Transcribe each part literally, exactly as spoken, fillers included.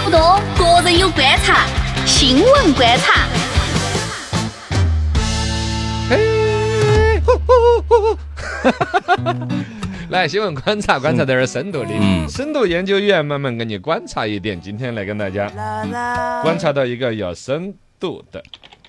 不多，个人有观察，新闻观察。 嘿，呼呼呼来，新闻观察，观察点儿深度的，嗯，深度研究员慢慢给你观察一点。今天来跟大家观察到一个有深度的，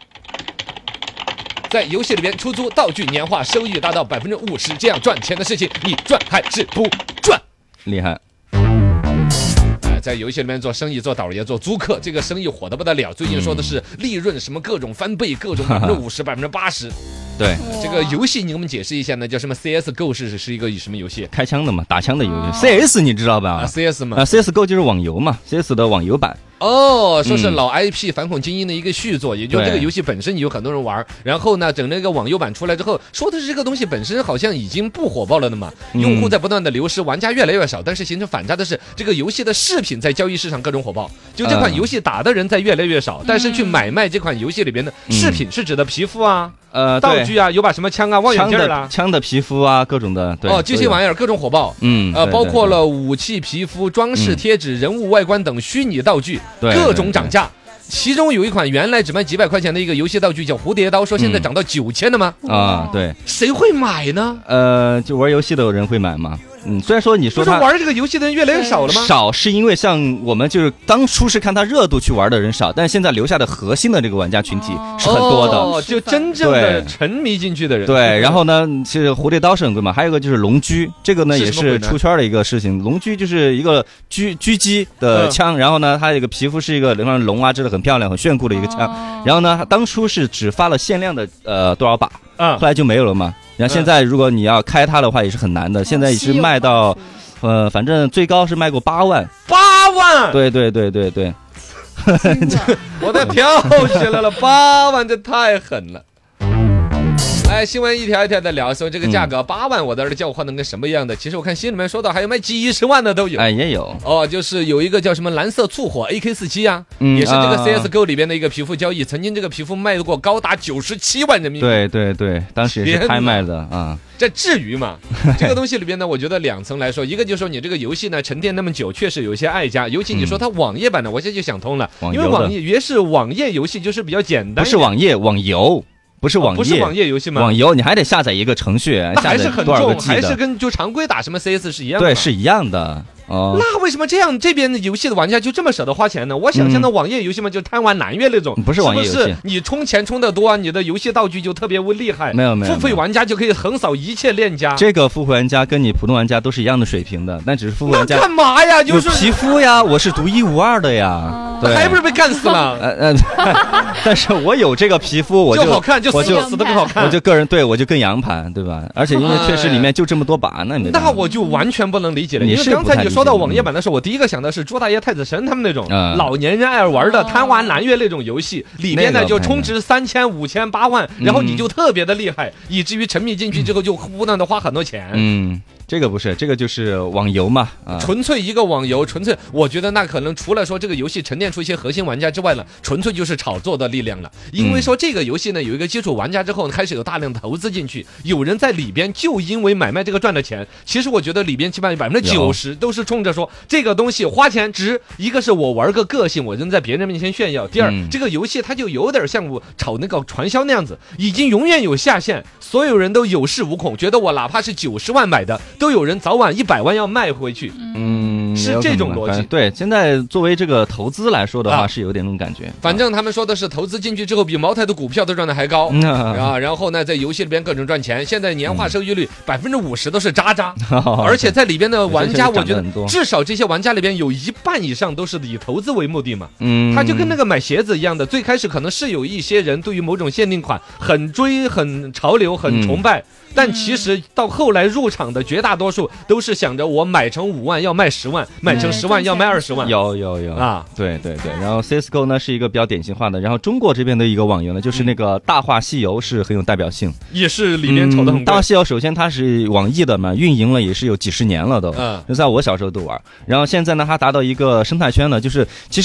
在游戏里边出租道具年化收益达到百分之五十，这样赚钱的事情，你赚还是不赚？ 厉害！ 在游戏里面做生意，做导游，做租客，这个生意火得不得了。最近说的是利润什么各种翻倍，各种百分之五十、百分之八十。 对， 这个游戏你给我们解释一下呢？叫什么 C S G O 是是一个什么游戏？ 开枪的嘛，打枪的游戏。C S 你知道吧？ 啊 ，C S 嘛。 啊 ，C S G O 就是网游嘛 ，C S 的网游版。 哦，说是老 I P 反恐精英的一个续作，也就是这个游戏本身有很多人玩，然后呢，整那个网游版出来之后，说的是这个东西本身好像已经不火爆了的嘛，用户在不断的流失，玩家越来越少，但是形成反差的是，这个游戏的饰品在交易市场各种火爆，就这款游戏打的人在越来越少，但是去买卖这款游戏里边的饰品是指的皮肤啊。 呃， 道具啊，有把什么枪啊、望远镜啦、 枪的皮肤啊，各种的，对哦，这些玩意儿各种火爆， 嗯， 呃，包括了武器、皮肤、装饰、贴纸、人物外观等虚拟道具，各种涨价。其中有一款原来只卖几百块钱的一个游戏道具叫蝴蝶刀，说现在涨到九千了吗？ 啊，对， 谁会买呢？ 呃，就玩游戏的人会买吗？嗯，虽然说你说他玩这个游戏的人越来越少了吗？ 少是因为像我们就是当初是看他热度去玩的人少，但是现在留下的核心的这个玩家群体是很多的， 哦，就真正的沉迷进去的人。 对，然后呢，其实蝴蝶刀是很贵嘛，还有一个就是龙驹，这个呢也是出圈的一个事情。龙驹就是一个狙狙击的枪，然后呢，它这个皮肤是一个像龙啊，织的很漂亮、很炫酷的一个枪。然后呢，它当初是只发了限量的呃多少把，后来就没有了嘛。然后现在如果你要开它的话也是很难的，现在也是卖到，呃，反正最高是卖过八万。 八万？ 对对对对对， 我都跳起来了，八万这太狠了。哎，新闻一条一条的聊，说这个价格八万，我在这叫唤的跟什么样的？其实我看新里面说到，还有卖几十万的都有。 哎，也有哦，就是有一个叫什么蓝色促火 A K 四十七 啊，嗯、也是这个 C S G O 里边的一个皮肤交易，曾经这个皮肤卖过高达九十七万人民币。 对对对，当时也是拍卖的啊。 这至于吗？这个东西里边呢，我觉得两层来说，一个就是说你这个游戏呢沉淀那么久，确实有一些爱家，尤其你说它网页版的，我现在就想通了， 嗯、 因为网页越是网页游戏就是比较简单， 不是网页网游。不是网页、哦， 不是网页游戏吗？ 网游你还得下载一个程序， 还是很重，还是跟就常规打什么 C S 是一样的。 对，是一样的。哦， 那为什么这样这边的游戏的玩家就这么舍得花钱呢？我想象的网页游戏嘛，就贪玩蓝月那种， 不是网页游戏， 是不是你充钱充得多，你的游戏道具就特别厉害。 没有没有， 付费玩家就可以横扫一切链家。 这个付费玩家跟你普通玩家都是一样的水平的，但只是付费玩家那干嘛呀？就是皮肤呀，我是独一无二的呀，对， 还不是被干死了？ 呃呃，但是我有这个皮肤，我就好看，就我就死的更好看， 我就个人对我就更洋盘，对吧？而且因为确实里面就这么多把，那没那我就完全不能理解了。因为刚才你说到网页版的时候，我第一个想的是朱大爷、太子神他们那种、嗯、老年人爱玩的贪玩蓝月那种游戏，里面呢就充值三千、五千、八万，然后你就特别的厉害，嗯、以至于沉迷进去之后就不断的花很多钱。 嗯。这个不是，这个就是网游嘛，啊， 纯粹一个网游，纯粹，我觉得那可能除了说这个游戏沉淀出一些核心玩家之外呢，纯粹就是炒作的力量了。因为说这个游戏呢有一个基础玩家之后，开始有大量的投资进去，有人在里边就因为买卖这个赚的钱。其实我觉得里边起码有百分之九十都是冲着说这个东西花钱值，一个是我玩个个性，我能在别人面前炫耀；第二，嗯、这个游戏它就有点像我炒那个传销那样子，已经永远有下限，所有人都有恃无恐，觉得我哪怕是九十万买的，都有人早晚一百万要卖回去。 嗯， 是这种逻辑。 对，现在作为这个投资来说的话，啊、是有点那种感觉。 反正他们说的是投资进去之后，比茅台的股票都赚的还高、嗯、啊。然后呢，在游戏里边各种赚钱，现在年化收益率百分之五十都是渣渣，嗯、而且在里边的玩家，我觉得至少这些玩家里边有一半以上都是以投资为目的嘛。嗯，他就跟那个买鞋子一样的，最开始可能是有一些人对于某种限定款很追、很潮流、很崇拜。嗯，但其实到后来入场的绝大多数都是想着我买成五万要卖十万，买成十万要卖二十万。 有有有啊， 对对对。然后 C S G O 呢是一个比较典型化的，然后中国这边的一个网游呢，就是那个《大话西游》是很有代表性， 也是里面炒得很贵。 嗯、大话西游首先它是网易的嘛，运营了也是有几十年了都，嗯，就在我小时候都玩。然后现在呢，它达到一个生态圈呢，就是其实。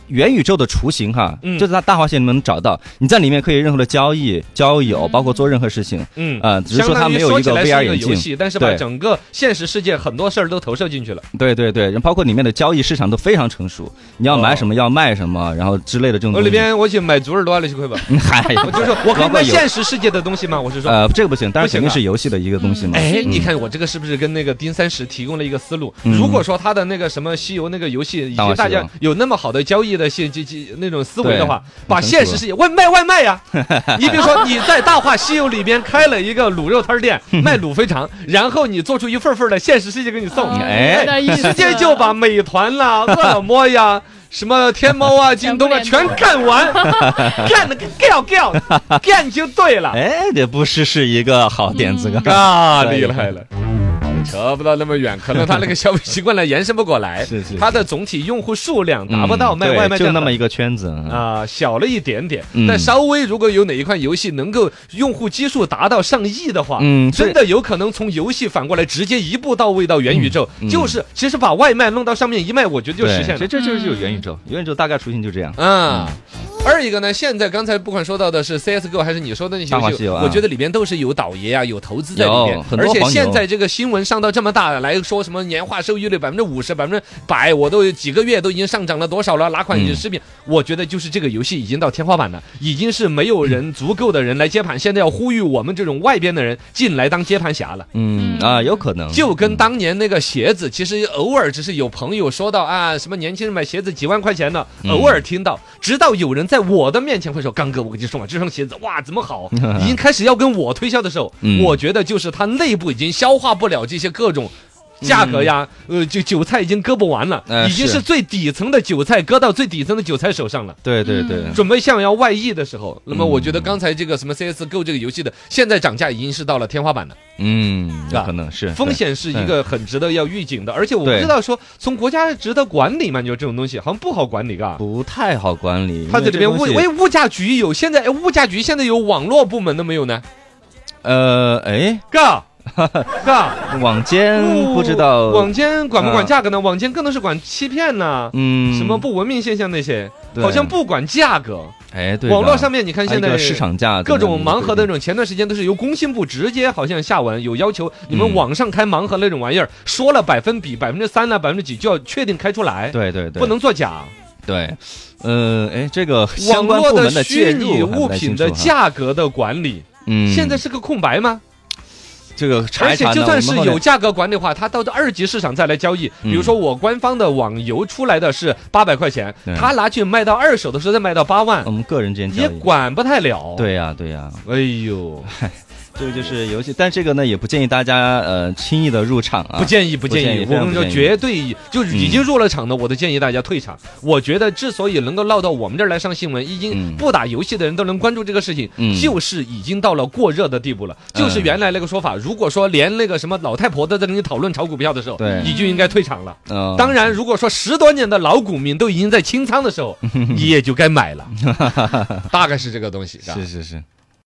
元宇宙的雏形哈， 嗯就在大话西游能找到，你在里面可以任何的交易、交友，包括做任何事情。 嗯啊、呃，只是说它没有一个 V R 眼镜， 游戏，但是把整个现实世界很多事儿都投射进去了。 对对对，包括里面的交易市场都非常成熟，你要买什么、哦、要卖什么，然后之类的这种东西。 我里边我去买猪耳朵了，去亏吧。 嗨， 我就说我可以买现实世界的东西吗？我是说， 呃，这个不行，当然肯定是游戏的一个东西嘛。 哎，你看我这个是不是跟那个丁三十提供了一个思路？如果说他的那个什么西游那个游戏，以及大家有那么好的交易的现这这那种思维的话，把现实世界外卖外卖呀。你比如说你在大话西游里边开了一个卤肉摊店，卖卤肥肠，然后你做出一份份的现实世界给你送，哎，直接就把美团啦、饿了么呀。什么天猫啊、京东啊，全干完，干的干干干就对了。 哎，这不是是一个好点子啊，厉害了。扯不到那么远，可能他那个消费习惯呢延伸不过来， 是是， 他的总体用户数量达不到卖外卖、 嗯、就那么一个圈子啊、呃，小了一点点。嗯、但稍微如果有哪一款游戏能够用户基数达到上亿的话，嗯，真的有可能从游戏反过来直接一步到位到元宇宙，嗯、就是其实把外卖弄到上面一卖，我觉得就实现了。 其实这就是就是元宇宙，元宇宙大概雏形就这样啊。嗯二一个呢，现在刚才不管说到的是 C S G O 还是你说的那些游戏，我觉得里边都是有导爷啊，有投资在里面，而且现在这个新闻上到这么大，来说什么年化收益率百分之五十、百分之百，我都几个月都已经上涨了多少了？哪款视频？我觉得就是这个游戏已经到天花板了，已经是没有人足够的人来接盘，现在要呼吁我们这种外边的人进来当接盘侠了。 嗯啊，有可能就跟当年那个鞋子，其实偶尔只是有朋友说到啊，什么年轻人买鞋子几万块钱呢，偶尔听到，直到有人在我的面前会说，刚哥，我跟你说嘛，这双鞋子哇怎么好，已经开始要跟我推销的时候，嗯、我觉得就是它内部已经消化不了这些各种价格呀，嗯、呃，就韭菜已经割不完了，呃、已经是最底层的韭菜割到最底层的韭菜手上了。 对对对， 准备向要外溢的时候，那么我觉得刚才这个什么 C S G O 这个游戏的现在涨价已经是到了天花板了。 嗯，有可能是风险是一个很值得要预警的，而且我不知道说从国家值得管理嘛，就这种东西好像不好管理，嘎， 不太好管理。 它这里边物喂物价局有现在哎，物价局现在有网络部门都没有呢？ 呃，哎， 嘎。嘎， 网监不知道， 网监管不管价格呢？啊、网监更多是管欺骗呢， 嗯， 什么不文明现象那些，好像不管价格。 哎，对， 网络上面你看现在市场价各种盲盒的那种，前段时间都是由工信部直接好像下文有要求，你们网上开盲盒那种玩意儿，说了百分比百分之三啊百分之几就要确定开出来， 对对对， 不能作假。 对，呃，哎，这个相关部门的介入， 网络的虚拟物品的价格的管理，嗯，现在是个空白吗？ 这个查一查， 而且就算是有价格管理的话，它到二级市场再来交易，比如说我官方的网游出来的是八百块钱，他拿去卖到二手的时候再卖到八万， 我们个人之间交易也管不太了。 对呀，对呀， 哎呦。 这个就是游戏，但这个呢也不建议大家呃轻易的入场啊， 不建议，不建议，我们就绝对就是已经入了场的，我都建议大家退场。我觉得之所以能够闹到我们这儿来上新闻，已经不打游戏的人都能关注这个事情，就是已经到了过热的地步了。就是原来那个说法，如果说连那个什么老太婆都在跟你讨论炒股票的时候，你就应该退场了。当然，如果说十多年的老股民都已经在清仓的时候，你也就该买了。大概是这个东西。 是是是。